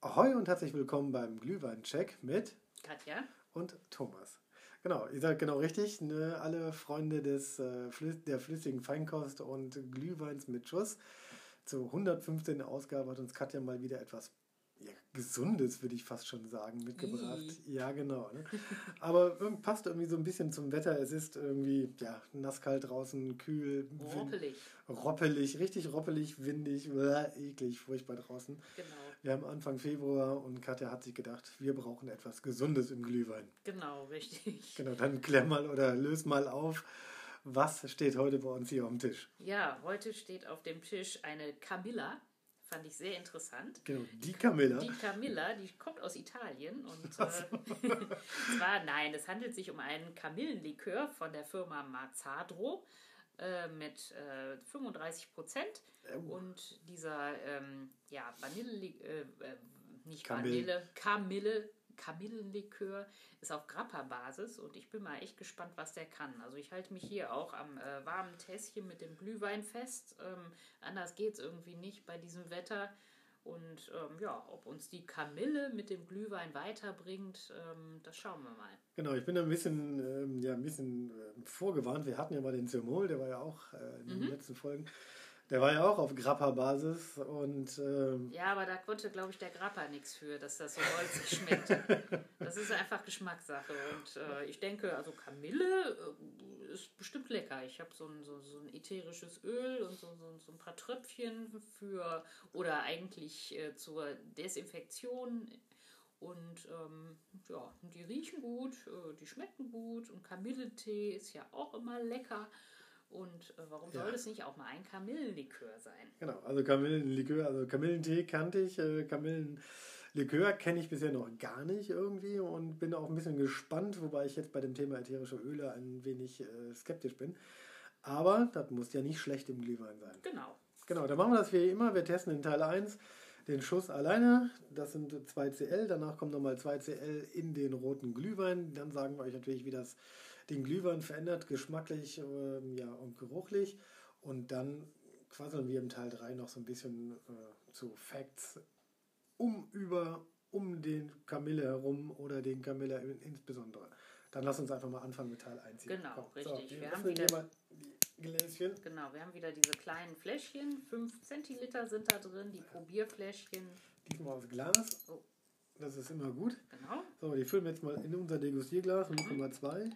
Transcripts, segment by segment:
Ahoi und herzlich willkommen beim Glühwein-Check mit Katja und Thomas. Genau, ihr seid genau richtig. Ne? Alle Freunde der flüssigen Feinkost und Glühweins mit Schuss. Zur 115. Ausgabe hat uns Katja mal wieder etwas Gesundes, würde ich fast schon sagen, mitgebracht. Ja, genau. Ne? Aber passt irgendwie so ein bisschen zum Wetter. Es ist irgendwie nasskalt draußen, kühl, roppelig, richtig roppelig, windig, eklig, furchtbar draußen. Genau. Wir haben Anfang Februar und Katja hat sich gedacht, wir brauchen etwas Gesundes im Glühwein. Genau, richtig. Genau, dann klär mal oder löse mal auf, was steht heute bei uns hier auf dem Tisch? Ja, heute steht auf dem Tisch eine Camilla. Fand ich sehr interessant. Genau, die Camilla. Die Camilla, die kommt aus Italien. Und es handelt sich um einen Kamillenlikör von der Firma Mazzadro mit 35%. Und dieser Kamillenlikör ist auf Grappa-Basis und ich bin mal echt gespannt, was der kann. Also ich halte mich hier auch am warmen Tässchen mit dem Glühwein fest. Anders geht es irgendwie nicht bei diesem Wetter. Und ob uns die Kamille mit dem Glühwein weiterbringt, das schauen wir mal. Genau, ich bin da ein bisschen vorgewarnt. Wir hatten ja mal den Zirmol, der war ja auch in den letzten Folgen. Der war ja auch auf Grappa-Basis und... ja, aber da konnte, glaube ich, der Grappa nichts für, dass das so holzig schmeckt. Das ist einfach Geschmackssache. Und ich denke, also Kamille ist bestimmt lecker. Ich habe so ein ätherisches Öl und so ein paar Tröpfchen oder eigentlich zur Desinfektion. Und die riechen gut, die schmecken gut. Und Kamillentee ist ja auch immer lecker. Und warum soll das nicht auch mal ein Kamillenlikör sein? Genau, also Kamillenlikör, also Kamillentee kannte ich, Kamillenlikör kenne ich bisher noch gar nicht irgendwie und bin auch ein bisschen gespannt, wobei ich jetzt bei dem Thema ätherische Öle ein wenig skeptisch bin. Aber das muss ja nicht schlecht im Glühwein sein. Genau, dann machen wir das wie immer. Wir testen in Teil 1 den Schuss alleine. Das sind 2 Cl. Danach kommen nochmal 2 Cl in den roten Glühwein. Dann sagen wir euch natürlich, wie das den Glühwein verändert, geschmacklich und geruchlich. Und dann quasseln wir im Teil 3 noch so ein bisschen zu Facts um den Kamille herum oder den Kamille insbesondere. Dann lass uns einfach mal anfangen mit Teil 1 hier. Genau, richtig. So, wir haben wieder die Gläschen. Genau, wir haben wieder diese kleinen Fläschchen. 5 Zentiliter sind da drin, die Probierfläschchen. Diesmal aus Glas. Oh. Das ist immer gut. Genau. So, die füllen wir jetzt mal in unser Degustierglas, 0,2.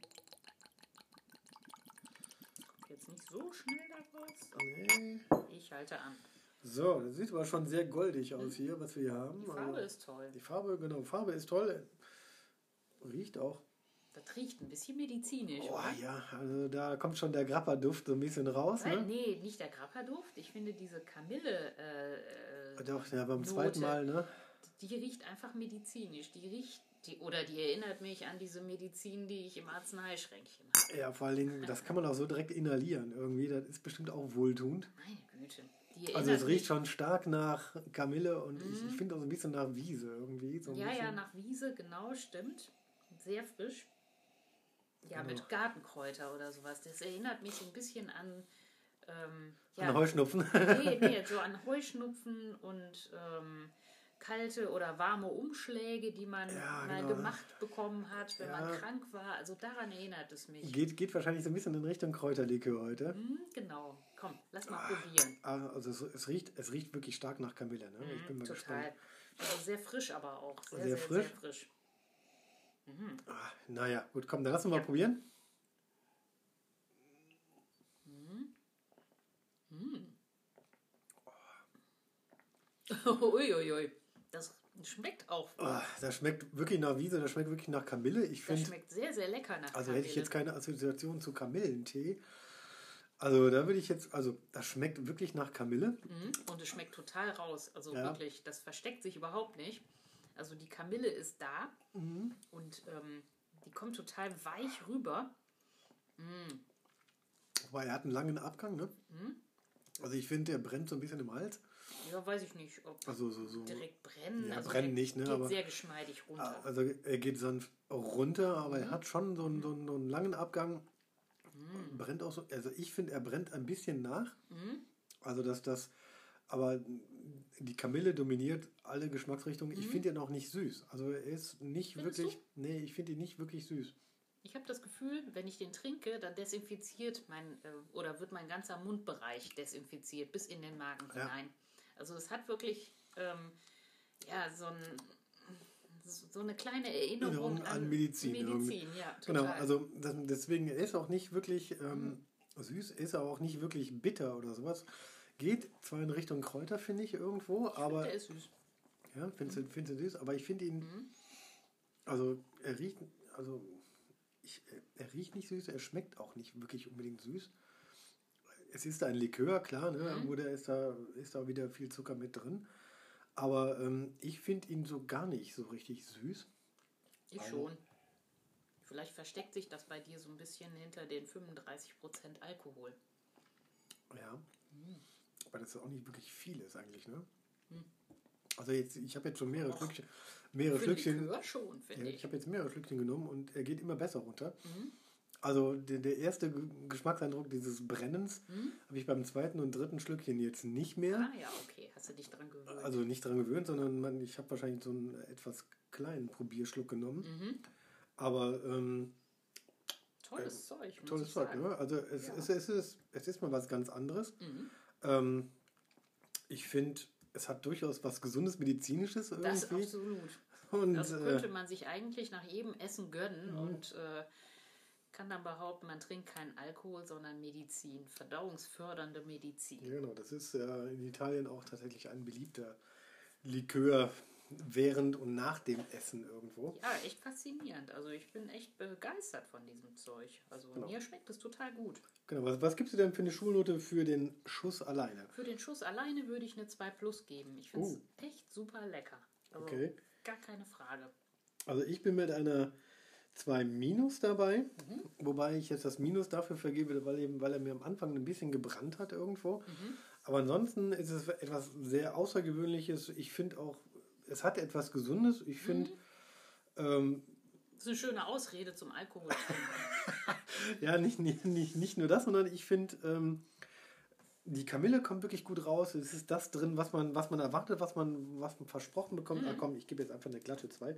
Jetzt nicht so schnell daraus. Nee. Ich halte an. So, das sieht aber schon sehr goldig aus hier, was wir hier haben. Die Farbe ist toll. Die Farbe ist toll. Riecht auch. Das riecht ein bisschen medizinisch, oh, oder? Ja, also da kommt schon der Grappa-Duft so ein bisschen raus. Nein, ne? Nee, nicht der Grappa-Duft. Ich finde diese Kamille Doch, ja, beim Note, zweiten Mal, ne? Die riecht einfach medizinisch. Die erinnert mich an diese Medizin, die ich im Arzneischränkchen habe. Ja, vor allen Dingen, das kann man auch so direkt inhalieren irgendwie. Das ist bestimmt auch wohltuend. Meine Güte. Also es riecht schon stark nach Kamille und ich finde auch so ein bisschen nach Wiese irgendwie. So nach Wiese, genau, stimmt. Sehr frisch. Ja, genau. Mit Gartenkräuter oder sowas. Das erinnert mich so ein bisschen an... an Heuschnupfen? Nee, so an Heuschnupfen und kalte oder warme Umschläge, die man mal gemacht bekommen hat, wenn man krank war. Also daran erinnert es mich. Geht wahrscheinlich so ein bisschen in Richtung Kräuterlikör heute. Genau. Komm, lass mal probieren. Also es riecht wirklich stark nach Kamille. Ne? Ich bin mal gespannt. Also sehr frisch aber auch. Sehr frisch. Naja, gut, komm, dann lass uns mal probieren. Uiuiui. Das schmeckt auch. Das schmeckt wirklich nach Wiese, das schmeckt wirklich nach Kamille. Das schmeckt sehr, sehr lecker nach Kamille. Also hätte ich jetzt keine Assoziation zu Kamillentee. Also da würde ich jetzt, das schmeckt wirklich nach Kamille. Und es schmeckt total raus. Also wirklich, das versteckt sich überhaupt nicht. Also die Kamille ist da und die kommt total weich rüber. Wobei er hat einen langen Abgang, ne? Also ich finde, der brennt so ein bisschen im Hals. Ja, weiß ich nicht, ob so direkt brennen. Ja, also brennen nicht, ne? Geht aber sehr geschmeidig runter. Also er geht sanft runter, aber er hat schon so einen langen Abgang. Brennt auch so. Also ich finde, er brennt ein bisschen nach. Also dass das aber die Kamille dominiert alle Geschmacksrichtungen. Ich finde ihn auch nicht süß. Also er ist nicht wirklich, nee, ich finde ihn nicht wirklich süß. Ich habe das Gefühl, wenn ich den trinke, dann desinfiziert oder wird mein ganzer Mundbereich desinfiziert bis in den Magen hinein. Also es hat wirklich so eine kleine Erinnerung an Medizin. Ja, total. Genau, also deswegen ist er auch nicht wirklich süß, ist er auch nicht wirklich bitter oder sowas. Geht zwar in Richtung Kräuter, finde ich, irgendwo, aber... Der ist süß. Ja, findest du süß, aber ich finde ihn... Also er riecht nicht süß, er schmeckt auch nicht wirklich unbedingt süß. Es ist ein Likör, klar, ne? Irgendwo ist da wieder viel Zucker mit drin. Aber ich finde ihn so gar nicht so richtig süß. Ich schon. Vielleicht versteckt sich das bei dir so ein bisschen hinter den 35% Alkohol. Ja. Aber das ist auch nicht wirklich viel ist eigentlich, ne? Also ich habe jetzt schon mehrere Schlückchen. Likör schon, finde ich. Ich habe jetzt mehrere Schlückchen genommen und er geht immer besser runter. Also der erste Geschmackseindruck dieses Brennens habe ich beim zweiten und dritten Schlückchen jetzt nicht mehr. Ah ja, okay. Hast du dich dran gewöhnt? Also nicht dran gewöhnt, sondern ich habe wahrscheinlich so einen etwas kleinen Probierschluck genommen. Aber tolles Zeug, muss tolles ich Zeug, sagen. ne? Also es ist mal was ganz anderes. Ich finde, es hat durchaus was Gesundes, Medizinisches irgendwie. Das absolut. Und, das könnte man sich eigentlich nach jedem Essen gönnen und kann dann behaupten, man trinkt keinen Alkohol, sondern Medizin, verdauungsfördernde Medizin. Ja, genau, das ist ja in Italien auch tatsächlich ein beliebter Likör während und nach dem Essen irgendwo. Ja, echt faszinierend. Also ich bin echt begeistert von diesem Zeug. Also mir schmeckt es total gut. Genau, was gibst du denn für eine Schulnote für den Schuss alleine? Für den Schuss alleine würde ich eine 2+ geben. Ich finde es echt super lecker. Also gar keine Frage. Also ich bin mit einer 2- dabei, wobei ich jetzt das Minus dafür vergebe, weil er mir am Anfang ein bisschen gebrannt hat irgendwo. Aber ansonsten ist es etwas sehr Außergewöhnliches. Ich finde auch, es hat etwas Gesundes. Ich finde... das ist eine schöne Ausrede zum Alkohol. Ja, nicht nur das, sondern ich finde, die Kamille kommt wirklich gut raus. Es ist das drin, was man erwartet, was man versprochen bekommt. Ah, komm, ich gebe jetzt einfach eine glatte 2.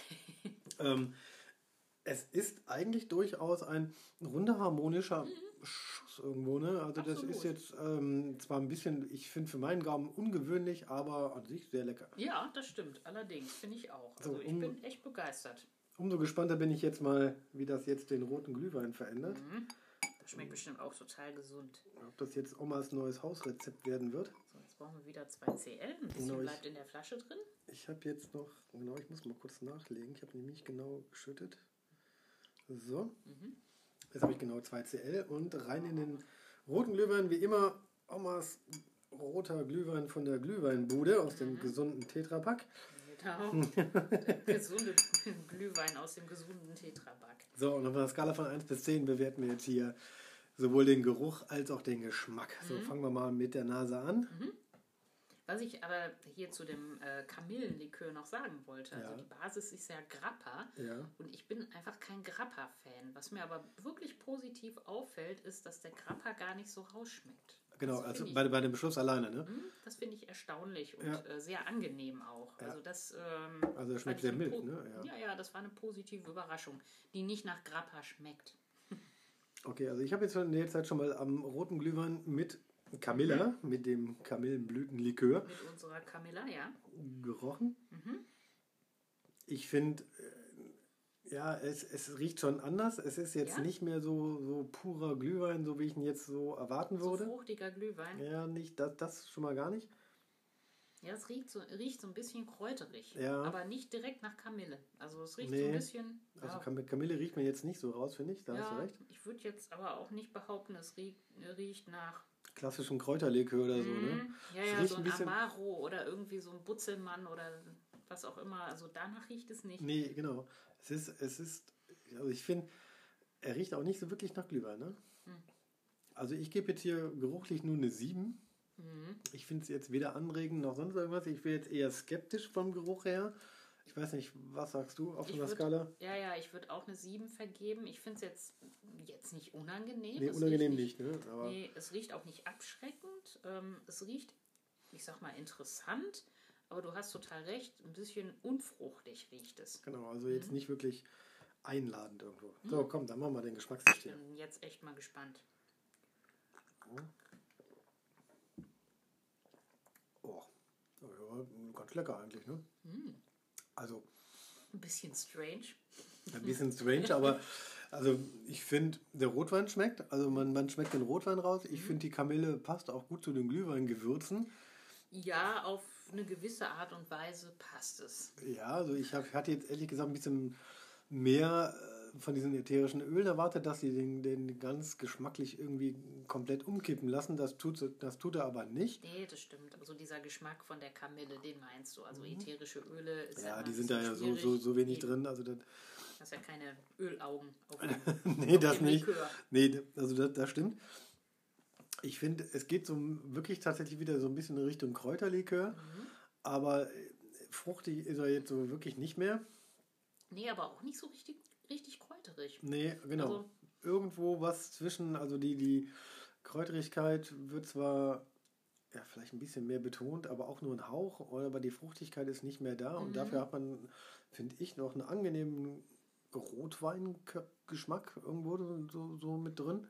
Es ist eigentlich durchaus ein runder, harmonischer Schuss irgendwo. Ne? Also absolut. Das ist jetzt zwar ein bisschen, ich finde für meinen Gaumen ungewöhnlich, aber an sich sehr lecker. Ja, das stimmt. Allerdings, finde ich auch. Also ich bin echt begeistert. Umso gespannter bin ich jetzt mal, wie das jetzt den roten Glühwein verändert. Das schmeckt bestimmt auch total gesund. Ob das jetzt Omas neues Hausrezept werden wird. So, jetzt brauchen wir wieder 2 CL. Ein bisschen bleibt in der Flasche drin. Ich habe jetzt noch, ich muss mal kurz nachlegen. Ich habe nämlich genau geschüttet. So. Jetzt habe ich genau 2 CL und rein in den roten Glühwein. Wie immer Omas roter Glühwein von der Glühweinbude aus dem gesunden Tetrapack. Genau. Der gesunde Glühwein aus dem gesunden Tetrapack. So, und auf einer Skala von 1 bis 10 bewerten wir jetzt hier sowohl den Geruch als auch den Geschmack. So, fangen wir mal mit der Nase an. Was ich aber hier zu dem Kamillenlikör noch sagen wollte, also die Basis ist ja Grappa und ich bin einfach kein Grappa-Fan. Was mir aber wirklich positiv auffällt, ist, dass der Grappa gar nicht so rausschmeckt. Genau, also bei dem Schuss alleine, ne? Das finde ich erstaunlich und sehr angenehm auch. Ja. Also das also er schmeckt sehr mild, ne? Ja, das war eine positive Überraschung, die nicht nach Grappa schmeckt. Okay, also ich habe jetzt in der Zeit schon mal am roten Glühwein mit Camilla, mit dem Kamillenblütenlikör. Mit unserer Camilla, ja. Gerochen. Ich finde, es riecht schon anders. Es ist jetzt nicht mehr so purer Glühwein, so wie ich ihn jetzt so erwarten würde. So fruchtiger Glühwein. Ja, nicht, das schon mal gar nicht. Ja, es riecht so ein bisschen kräuterig, aber nicht direkt nach Kamille. Also es riecht so ein bisschen... Also Kamille riecht man jetzt nicht so raus, finde ich. Da hast du recht. Ich würde jetzt aber auch nicht behaupten, es riecht nach... klassischen Kräuterlikör oder so, ne? Ja, so ein Amaro oder irgendwie so ein Butzelmann oder was auch immer. Also danach riecht es nicht. Nee, genau. Es ist, also ich finde, er riecht auch nicht so wirklich nach Glühwein, ne? Also ich gebe jetzt hier geruchlich nur eine 7. Ich finde es jetzt weder anregend noch sonst irgendwas. Ich bin jetzt eher skeptisch vom Geruch her. Ich weiß nicht, was sagst du auf so einer Skala? Ja, ich würde auch eine 7 vergeben. Ich finde es jetzt nicht unangenehm. Nee, unangenehm nicht, ne? Aber es riecht auch nicht abschreckend. Es riecht ich sag mal, interessant, aber du hast total recht, ein bisschen unfruchtig riecht es. Genau, also jetzt nicht wirklich einladend irgendwo. So, komm, dann machen wir den Geschmackstest Ich hier. bin jetzt echt mal gespannt. Oh, ja, ganz lecker eigentlich, ne? Also Ein bisschen strange. ein bisschen strange, aber also ich finde, der Rotwein schmeckt. Also man schmeckt den Rotwein raus. Ich finde, die Kamille passt auch gut zu den Glühweingewürzen. Ja, auf eine gewisse Art und Weise passt es. Ja, also ich hatte jetzt ehrlich gesagt ein bisschen mehr von diesen ätherischen Ölen erwartet, dass sie den ganz geschmacklich irgendwie komplett umkippen lassen. Das tut er aber nicht. Nee, das stimmt. Also dieser Geschmack von der Kamille, den meinst du. Also ätherische Öle ist Ja, immer die ein sind da ja bisschen so wenig schwierig. drin. Also das, Du hast ja keine Ölaugen auf nee, auf das dem nicht. Likör. Nee, also das stimmt. Ich finde, es geht so wirklich tatsächlich wieder so ein bisschen in Richtung Kräuterlikör. Aber fruchtig ist er jetzt so wirklich nicht mehr. Nee, aber auch nicht so richtig kräuterig. Nee, genau. Also- Irgendwo was zwischen, also die Kräuterigkeit wird zwar ja, vielleicht ein bisschen mehr betont, aber auch nur ein Hauch, aber die Fruchtigkeit ist nicht mehr da. Und dafür hat man, finde ich, noch einen angenehmen Rotweingeschmack irgendwo so mit drin.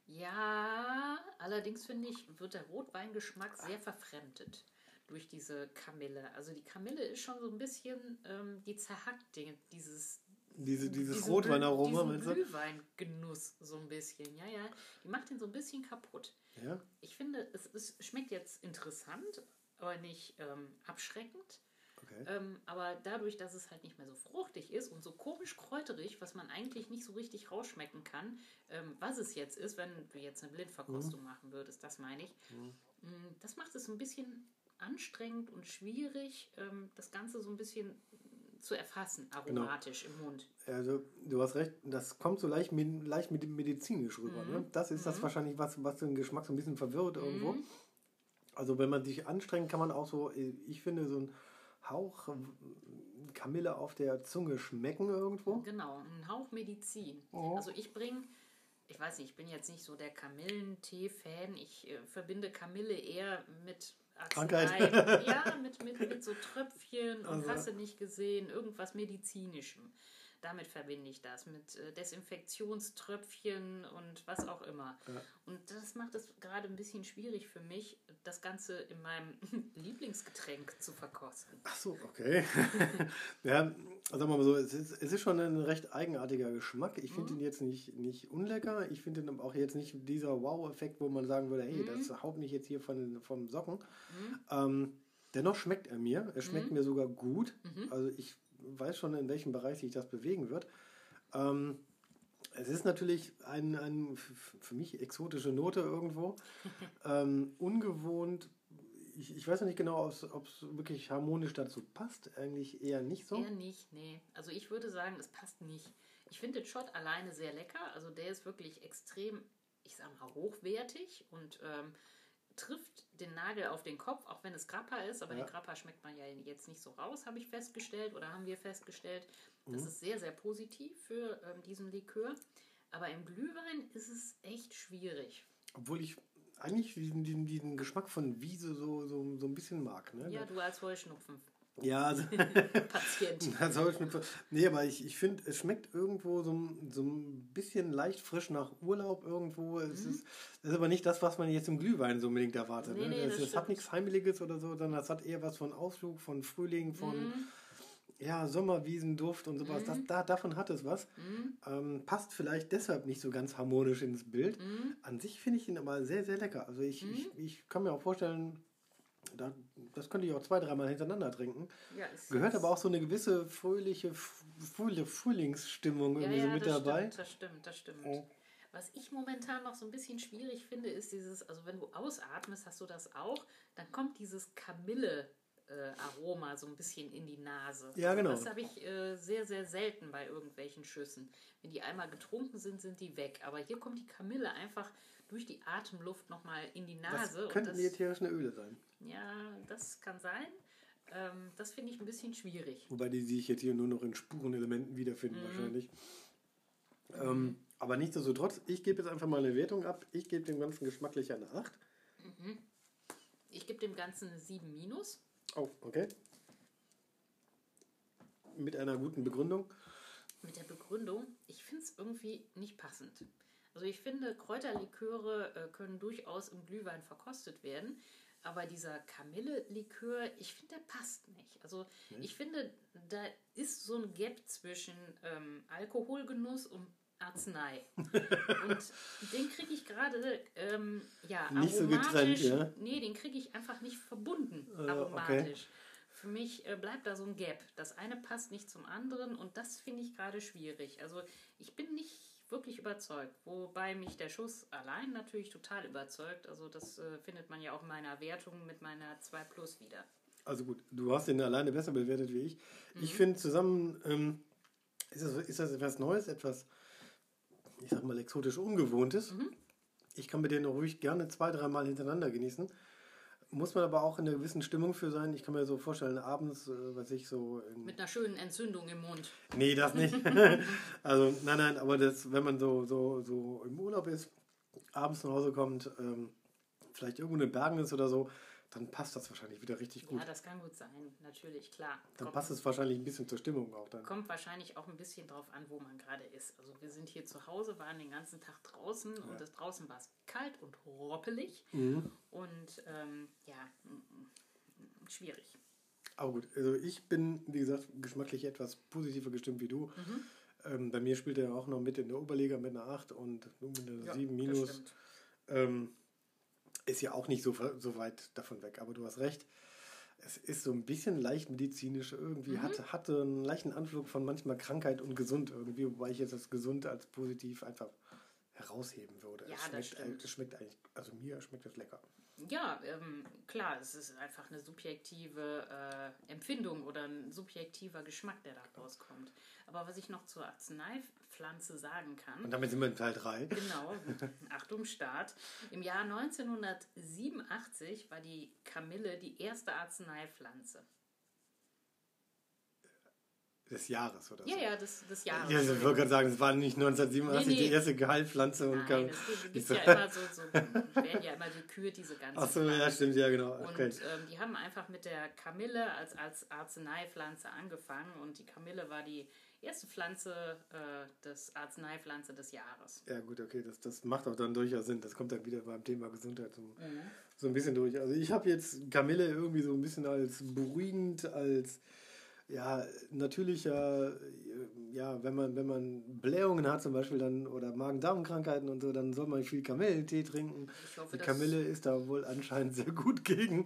Ja, allerdings finde ich, wird der Rotweingeschmack sehr verfremdet durch diese Kamille. Also die Kamille ist schon so ein bisschen, die zerhackt dieses Dieses Rotweinaroma, meinst diesen du? Glühweingenuss so ein bisschen. Ja, ja, die macht den so ein bisschen kaputt. Ja, Ich finde, es schmeckt jetzt interessant, aber nicht abschreckend. okay. Aber dadurch, dass es halt nicht mehr so fruchtig ist und so komisch kräuterig, was man eigentlich nicht so richtig rausschmecken kann, was es jetzt ist, wenn du jetzt eine Blindverkostung machen würdest, das meine ich. Das macht es so ein bisschen anstrengend und schwierig, das Ganze so ein bisschen zu erfassen, aromatisch im Mund. Also, du hast recht, das kommt so leicht medizinisch rüber. Ne? Das ist das wahrscheinlich, was den Geschmack so ein bisschen verwirrt irgendwo. Also, wenn man sich anstrengt, kann man auch so, ich finde, so einen Hauch Kamille auf der Zunge schmecken irgendwo. Genau, ein Hauch Medizin. Oh. Also ich weiß nicht, ich bin jetzt nicht so der Kamillentee-Fan. Ich verbinde Kamille eher mit Krankheit. Arznei. Ja, mit so Tröpfchen und Also. hast du nicht gesehen, irgendwas Medizinischem. Damit verbinde ich das, mit Desinfektionströpfchen und was auch immer. Ja. Und das macht es gerade ein bisschen schwierig für mich, das Ganze in meinem Lieblingsgetränk zu verkosten. Ach so, okay. Ja, sagen wir mal so, es ist schon ein recht eigenartiger Geschmack. Ich finde ihn jetzt nicht unlecker. Ich finde ihn aber auch jetzt nicht dieser Wow-Effekt, wo man sagen würde, hey, das haut mich jetzt hier vom Socken. Dennoch schmeckt er mir. Er schmeckt mir sogar gut. Also ich weiß schon, in welchem Bereich sich das bewegen wird. Es ist natürlich eine für mich exotische Note irgendwo. Ungewohnt. Ich weiß noch nicht genau, ob es wirklich harmonisch dazu passt. Eigentlich eher nicht so. Eher nicht, nee. Also ich würde sagen, es passt nicht. Ich finde den Shot alleine sehr lecker. Also der ist wirklich extrem, ich sag mal, hochwertig und trifft den Nagel auf den Kopf, auch wenn es Grappa ist. Aber den Grappa schmeckt man ja jetzt nicht so raus, habe ich festgestellt oder haben wir festgestellt. Das ist sehr, sehr positiv für diesen Likör. Aber im Glühwein ist es echt schwierig. Obwohl ich eigentlich diesen Geschmack von Wiese so ein bisschen mag. Ne? Ja, du als Heuschnupfen. Ja, also, Patient. nee, aber ich finde, es schmeckt irgendwo so ein bisschen leicht frisch nach Urlaub irgendwo. Es ist aber nicht das, was man jetzt im Glühwein so unbedingt erwartet. Nee, Ne? nee, das Es hat stimmt. nichts Heimeliges oder so, sondern es hat eher was von Ausflug, von Frühling, von Sommerwiesenduft und sowas. Davon hat es was. Passt vielleicht deshalb nicht so ganz harmonisch ins Bild. An sich finde ich ihn aber sehr, sehr lecker. Also ich kann mir auch vorstellen, das könnte ich auch 2-3 Mal hintereinander trinken. Ja, Gehört aber auch so eine gewisse fröhliche Frühlingsstimmung irgendwie so mit dabei. Das stimmt. Was ich momentan noch so ein bisschen schwierig finde, ist dieses, also wenn du ausatmest, hast du das auch, dann kommt dieses Kamille-Aroma so ein bisschen in die Nase. Ja, genau. Das habe ich sehr, sehr selten bei irgendwelchen Schüssen. Wenn die einmal getrunken sind, sind die weg. Aber hier kommt die Kamille einfach durch die Atemluft nochmal in die Nase. Das könnten die ätherischen Öle sein. Ja, das kann sein. Das finde ich ein bisschen schwierig. Wobei die sich jetzt hier nur noch in Spurenelementen wiederfinden wahrscheinlich. Aber nichtsdestotrotz, ich gebe jetzt einfach mal eine Wertung ab. Ich gebe dem Ganzen geschmacklich eine 8. Ich gebe dem Ganzen eine 7-. Oh, okay. Mit einer guten Begründung. Mit der Begründung, ich finde es irgendwie nicht passend. Also ich finde, Kräuterliköre können durchaus im Glühwein verkostet werden, aber dieser Kamille-Likör, ich finde, der passt nicht. Also ich finde, da ist so ein Gap zwischen Alkoholgenuss und Arznei. Und den kriege ich gerade nicht so getrennt, ja? Nee, den kriege ich einfach nicht verbunden, aromatisch. Okay. Für mich bleibt da so ein Gap. Das eine passt nicht zum anderen und das finde ich gerade schwierig. Also ich bin nicht wirklich überzeugt, wobei mich der Schuss allein natürlich total überzeugt. Also das findet man ja auch in meiner Wertung mit meiner 2+ wieder. Also gut, du hast den alleine besser bewertet wie ich. Ich finde zusammen ist das etwas Neues, etwas, ich sag mal, exotisch Ungewohntes. Ich kann mir den ruhig gerne 2-3 Mal hintereinander genießen. Muss man aber auch in einer gewissen Stimmung für sein. Ich kann mir so vorstellen, abends, mit einer schönen Entzündung im Mund. Nee, das nicht. Also, nein, aber das, wenn man so im Urlaub ist, abends nach Hause kommt, vielleicht irgendwo in den Bergen ist oder so, dann passt das wahrscheinlich wieder richtig gut. Ja, das kann gut sein, natürlich, klar. Dann passt es wahrscheinlich ein bisschen zur Stimmung auch dann. Kommt wahrscheinlich auch ein bisschen drauf an, wo man gerade ist. Also wir sind hier zu Hause, waren den ganzen Tag draußen und draußen war es kalt und roppelig und schwierig. Aber gut, also ich bin, wie gesagt, geschmacklich etwas positiver gestimmt wie du. Bei mir spielt er auch noch mit in der Oberliga mit einer 8 und mit einer 7-. Ist ja auch nicht so weit davon weg, aber du hast recht. Es ist so ein bisschen leicht medizinisch irgendwie, hatte einen leichten Anflug von manchmal Krankheit und gesund irgendwie, wobei ich jetzt das gesund als positiv einfach herausheben würde. Ja, es schmeckt eigentlich, also mir schmeckt das lecker. Ja, klar, es ist einfach eine subjektive Empfindung oder ein subjektiver Geschmack, der da rauskommt. Aber was ich noch zur Arzneipflanze sagen kann... Und damit sind wir in Teil 3. Genau, Achtung, Start. Im Jahr 1987 war die Kamille die erste Arzneipflanze. Des Jahres, oder so? Ja, des Jahres. Ja, ich wollte gerade sagen, es war nicht 1987 die erste Geheilpflanze. Nein, es gibt ja immer werden ja immer gekürt, diese ganzen Ach so, ja, stimmt, ja, genau. Okay. Und die haben einfach mit der Kamille als Arzneipflanze angefangen und die Kamille war die erste Pflanze, Arzneipflanze des Jahres. Ja gut, okay, das macht auch dann durchaus Sinn. Das kommt dann wieder beim Thema Gesundheit so ein bisschen durch. Also ich habe jetzt Kamille irgendwie so ein bisschen als beruhigend, als natürlicher, wenn man Blähungen hat zum Beispiel dann oder Magen-Darm-Krankheiten und so, dann soll man viel Kamillentee trinken. Ich hoffe, die Kamille ist da wohl anscheinend sehr gut gegen.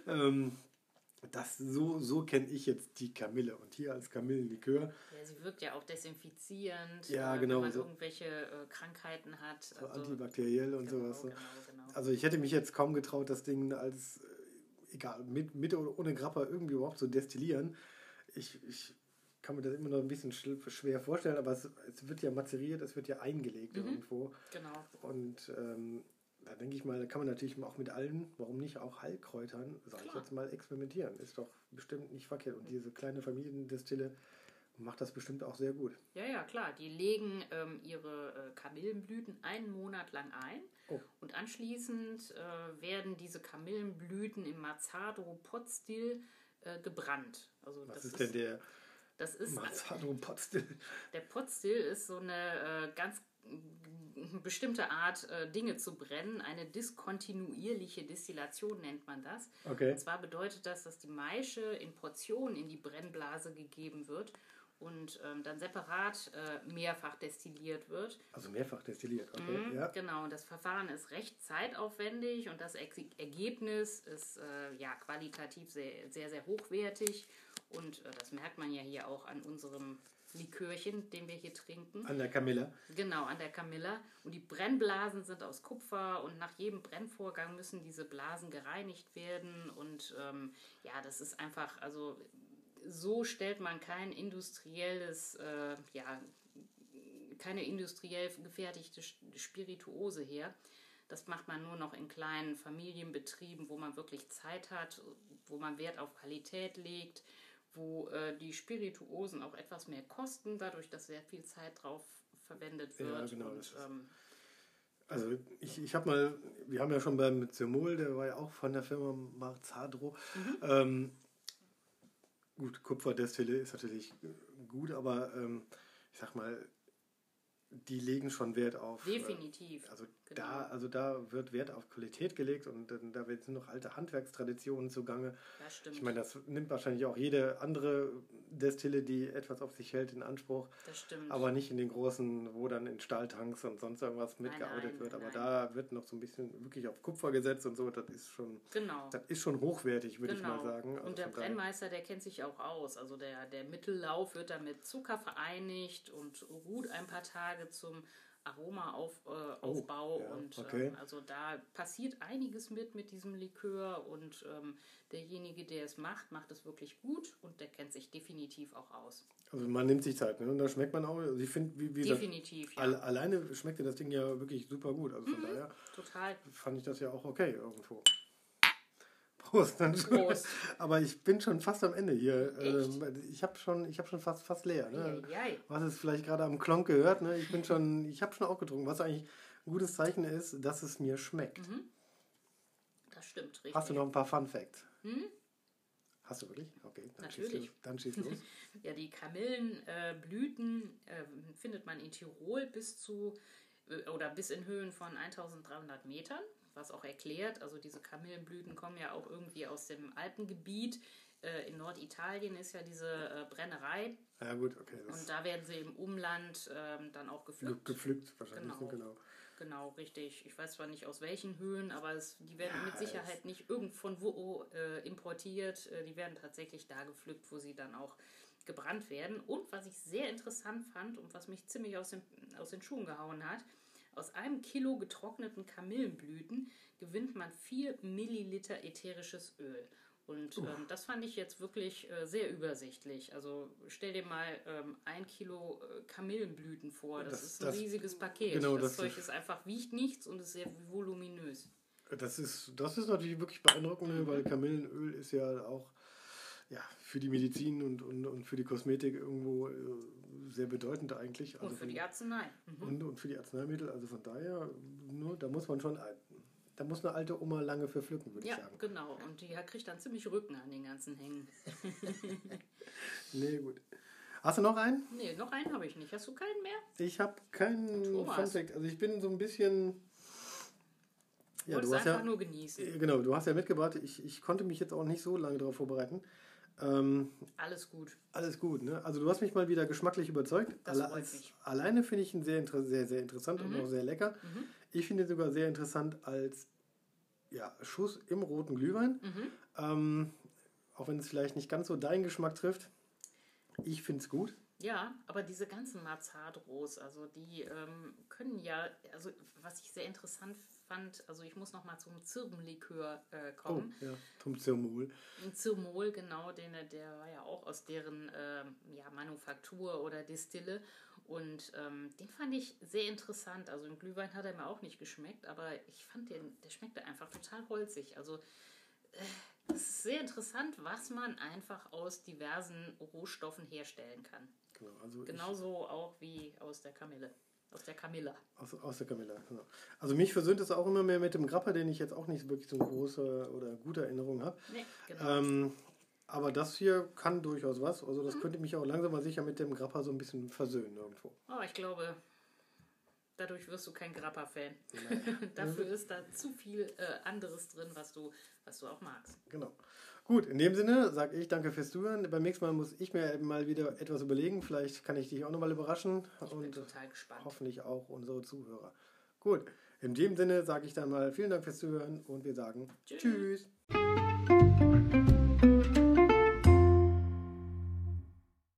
So kenne ich jetzt die Kamille und hier als Kamillenlikör. Ja, sie wirkt ja auch desinfizierend, ja, genau, wenn man irgendwelche Krankheiten hat. So also, antibakteriell und sowas. Genau. Also ich hätte mich jetzt kaum getraut, das Ding als, egal, mit oder ohne Grappa irgendwie überhaupt zu destillieren. Ich kann mir das immer noch ein bisschen schwer vorstellen, aber es wird ja mazeriert, es wird ja eingelegt irgendwo. Genau. Und da denke ich mal, da kann man natürlich auch mit allen, warum nicht auch Heilkräutern, sage ich jetzt mal, experimentieren. Ist doch bestimmt nicht verkehrt. Und diese kleine Familiendestille macht das bestimmt auch sehr gut. Ja, klar. Die legen ihre Kamillenblüten einen Monat lang ein. Oh. Und anschließend werden diese Kamillenblüten im Mazzardo-Pot-Still gebrannt. Also Was ist denn der Mazzardo-Pot-Still? Der Pot-Still ist so eine ganz bestimmte Art, Dinge zu brennen. Eine diskontinuierliche Destillation nennt man das. Okay. Und zwar bedeutet das, dass die Maische in Portionen in die Brennblase gegeben wird und dann separat mehrfach destilliert wird. Also mehrfach destilliert, okay. Ja. Genau, und das Verfahren ist recht zeitaufwendig und das Ergebnis ist qualitativ sehr, sehr, sehr hochwertig. Und das merkt man ja hier auch an unserem Likörchen, den wir hier trinken. An der Kamille. Genau, an der Kamille. Und die Brennblasen sind aus Kupfer und nach jedem Brennvorgang müssen diese Blasen gereinigt werden. Und das ist einfach, also so stellt man keine industriell gefertigte Spirituose her. Das macht man nur noch in kleinen Familienbetrieben, wo man wirklich Zeit hat, wo man Wert auf Qualität legt, wo die Spirituosen auch etwas mehr kosten, dadurch, dass sehr viel Zeit drauf verwendet wird. Ja, genau. Und, Also wir haben ja schon beim Zirmol, der war ja auch von der Firma Marzadro. Gut, Kupferdestille ist natürlich gut, aber ich sag mal, die legen schon Wert auf. Definitiv. Da wird Wert auf Qualität gelegt und da sind noch alte Handwerkstraditionen zugange. Das stimmt. Ich meine, das nimmt wahrscheinlich auch jede andere Destille, die etwas auf sich hält, in Anspruch. Das stimmt. Aber nicht in den großen, wo dann in Stahltanks und sonst irgendwas mitgearbeitet wird. Aber da wird noch so ein bisschen wirklich auf Kupfer gesetzt und so. Das ist schon, das ist schon hochwertig, würde ich mal sagen. Also und der Brennmeister, der kennt sich auch aus. Also der Mittellauf wird dann mit Zucker vereinigt und ruht ein paar Tage zum Aromaaufbau. Also da passiert einiges mit diesem Likör und derjenige, der es macht es wirklich gut und der kennt sich definitiv auch aus. Also man nimmt sich Zeit, ne? Und da schmeckt man auch, also ich finde, wie definitiv, gesagt, alleine schmeckte das Ding ja wirklich super gut. Also von daher total. Fand ich das ja auch okay irgendwo. Prost. Prost. Aber ich bin schon fast am Ende hier. Ich habe schon fast leer. Ne? Was es vielleicht gerade am Klonk gehört. Ne? Ich habe schon auch getrunken. Was eigentlich ein gutes Zeichen ist, dass es mir schmeckt. Das stimmt, richtig. Hast du noch ein paar Fun Facts? Hast du wirklich? Okay, dann schieß los. Ja, die Kamillenblüten findet man in Tirol bis in Höhen von 1300 Metern. Was auch erklärt, also diese Kamillenblüten kommen ja auch irgendwie aus dem Alpengebiet. In Norditalien ist ja diese Brennerei. Ja gut, okay. Und da werden sie im Umland dann auch gepflückt. Gepflückt wahrscheinlich, genau. Genau, richtig. Ich weiß zwar nicht aus welchen Höhen, aber die werden mit Sicherheit nicht von wo importiert. Die werden tatsächlich da gepflückt, wo sie dann auch gebrannt werden. Und was ich sehr interessant fand und was mich ziemlich aus den Schuhen gehauen hat, aus einem Kilo getrockneten Kamillenblüten gewinnt man 4 Milliliter ätherisches Öl. Und das fand ich jetzt wirklich sehr übersichtlich. Also stell dir mal 1 Kilo Kamillenblüten vor. Das ist ein riesiges Paket. Genau, das Zeug ist einfach, wiegt nichts und ist sehr voluminös. Das ist natürlich wirklich beeindruckend, weil Kamillenöl ist ja auch für die Medizin und für die Kosmetik irgendwo sehr bedeutend eigentlich. Und für die Arznei. Und für die Arzneimittel. Also von daher, da muss man schon, da muss eine alte Oma lange für pflücken, würde ich sagen. Ja, genau. Und die kriegt dann ziemlich Rücken an den ganzen Hängen. Nee, gut. Hast du noch einen? Nee, noch einen habe ich nicht. Hast du keinen mehr? Ich habe keinen Funfact. Also ich bin so ein bisschen... Ja, du hast einfach nur genießen. Genau, du hast ja mitgebracht. Ich konnte mich jetzt auch nicht so lange darauf vorbereiten. Alles gut. Alles gut, ne? Also du hast mich mal wieder geschmacklich überzeugt. Das freut mich. Alleine finde ich ihn sehr, sehr interessant und auch sehr lecker. Ich finde ihn sogar sehr interessant als Schuss im roten Glühwein. Auch wenn es vielleicht nicht ganz so deinen Geschmack trifft. Ich finde es gut. Ja, aber diese ganzen Marzadros, also die können ja, also was ich sehr interessant fand, also ich muss nochmal zum Zirbenlikör kommen. Oh, ja, zum Zirmol. Ein Zirmol, genau, der war ja auch aus deren Manufaktur oder Distille und den fand ich sehr interessant. Also im Glühwein hat er mir auch nicht geschmeckt, aber ich fand der schmeckte einfach total holzig. Also es ist sehr interessant, was man einfach aus diversen Rohstoffen herstellen kann. Genau, also genauso auch wie aus der Kamille. Aus der Camilla. Aus der Camilla, genau. Also mich versöhnt es auch immer mehr mit dem Grappa, den ich jetzt auch nicht wirklich so eine große oder gute Erinnerung habe. Nee, genau. Aber das hier kann durchaus was. Also das könnte mich auch langsam mal sicher mit dem Grappa so ein bisschen versöhnen irgendwo. Oh, ich glaube, dadurch wirst du kein Grappa-Fan. Naja. Dafür ist da zu viel anderes drin, was du auch magst. Genau. Gut, in dem Sinne sage ich danke fürs Zuhören. Beim nächsten Mal muss ich mir mal wieder etwas überlegen. Vielleicht kann ich dich auch nochmal überraschen. Ich bin total gespannt. Hoffentlich auch unsere Zuhörer. Gut, in dem Sinne sage ich dann mal vielen Dank fürs Zuhören und wir sagen Tschüss.